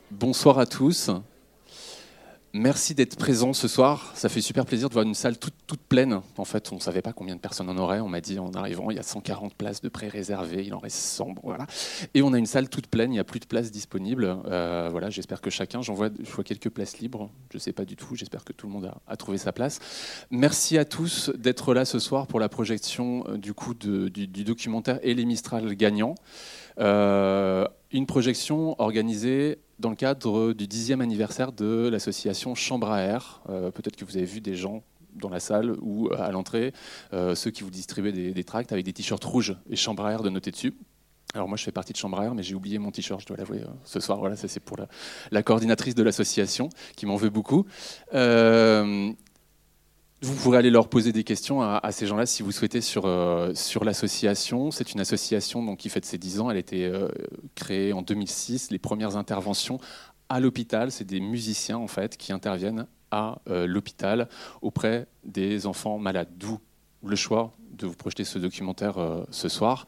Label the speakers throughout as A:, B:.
A: Bonsoir à tous. Merci d'être présents ce soir. Ça fait super plaisir de voir une salle toute pleine. En fait, on ne savait pas combien de personnes on aurait. On m'a dit en arrivant, il y a 140 places de pré-réservées, il en reste 100. Bon, voilà. Et on a une salle toute pleine, il n'y a plus de places disponibles. Voilà, j'espère que chacun, je vois quelques places libres. Je ne sais pas du tout, j'espère que tout le monde a trouvé sa place. Merci à tous d'être là ce soir pour la projection du documentaire Et les Mistral gagnants. Une projection organisée dans le cadre du 10e anniversaire de l'association Chambre à Air. Peut-être que vous avez vu des gens dans la salle ou à l'entrée, ceux qui vous distribuaient des tracts avec des t-shirts rouges et Chambre à Air de noter dessus. Alors moi je fais partie de Chambre à Air, mais j'ai oublié mon t-shirt, je dois l'avouer ce soir. Voilà, ça c'est pour la coordinatrice de l'association qui m'en veut beaucoup. Vous pourrez aller leur poser des questions à ces gens-là si vous souhaitez sur l'association. C'est une association donc, qui fête ses 10 ans. Elle a été créée en 2006. Les premières interventions à l'hôpital, c'est des musiciens en fait, qui interviennent à l'hôpital auprès des enfants malades. D'où le choix de vous projeter ce documentaire ce soir.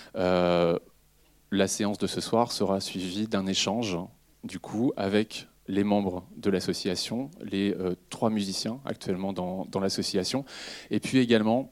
A: La séance de ce soir sera suivie d'un échange du coup, avec les membres de l'association, les 3 musiciens actuellement dans l'association, et puis également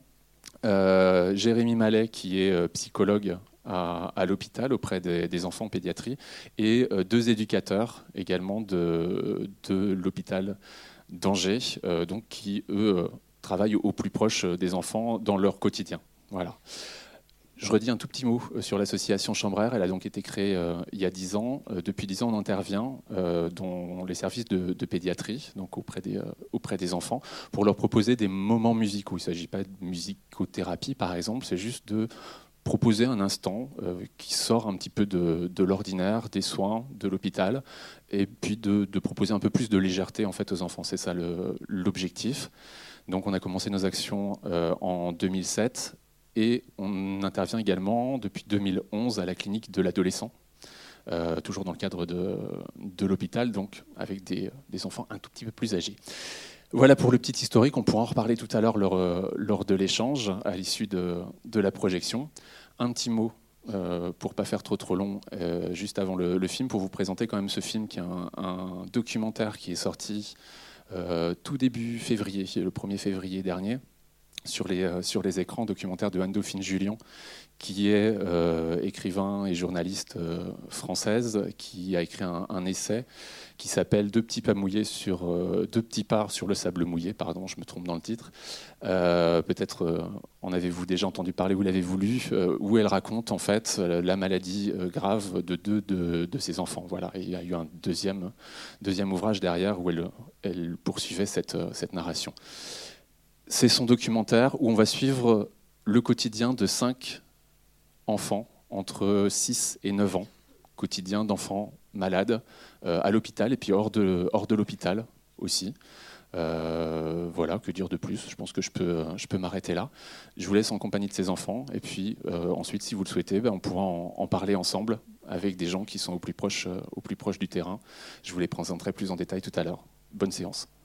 A: Jérémy Mallet, qui est psychologue à l'hôpital auprès des enfants en pédiatrie, et 2 éducateurs également de l'hôpital d'Angers, donc qui, eux, travaillent au plus proche des enfants dans leur quotidien. Voilà. Je redis un tout petit mot sur l'association Chambre à Air. Elle a donc été créée il y a 10 ans. Depuis 10 ans, on intervient dans les services de pédiatrie, donc auprès des enfants, pour leur proposer des moments musicaux. Il ne s'agit pas de musicothérapie, par exemple, c'est juste de proposer un instant qui sort un petit peu de l'ordinaire, des soins, de l'hôpital, et puis de proposer un peu plus de légèreté en fait, aux enfants. C'est ça l'objectif. Donc on a commencé nos actions en 2007. Et on intervient également depuis 2011 à la clinique de l'adolescent, toujours dans le cadre de l'hôpital, donc avec des enfants un tout petit peu plus âgés. Voilà pour le petit historique, on pourra en reparler tout à l'heure lors de l'échange, à l'issue de la projection. Un petit mot, pour ne pas faire trop long, juste avant le film, pour vous présenter quand même ce film qui est un documentaire qui est sorti tout début février, le 1er février dernier, sur les écrans, documentaire de Anne-Dauphine Julien, qui est écrivain et journaliste française, qui a écrit un essai qui s'appelle Deux petits pas sur le sable mouillé, pardon, je me trompe dans le titre. Peut-être en avez-vous déjà entendu parler ou l'avez-vous lu, où elle raconte en fait la maladie grave de 2 de ses enfants. Voilà, et il y a eu un deuxième ouvrage derrière où elle poursuivait cette narration. C'est son documentaire où on va suivre le quotidien de 5 enfants entre 6 et 9 ans, quotidien d'enfants malades à l'hôpital et puis hors de l'hôpital aussi. Voilà, que dire de plus ? Je pense que je peux m'arrêter là. Je vous laisse en compagnie de ces enfants et puis ensuite, si vous le souhaitez, on pourra en parler ensemble avec des gens qui sont au plus proche du terrain. Je vous les présenterai plus en détail tout à l'heure. Bonne séance.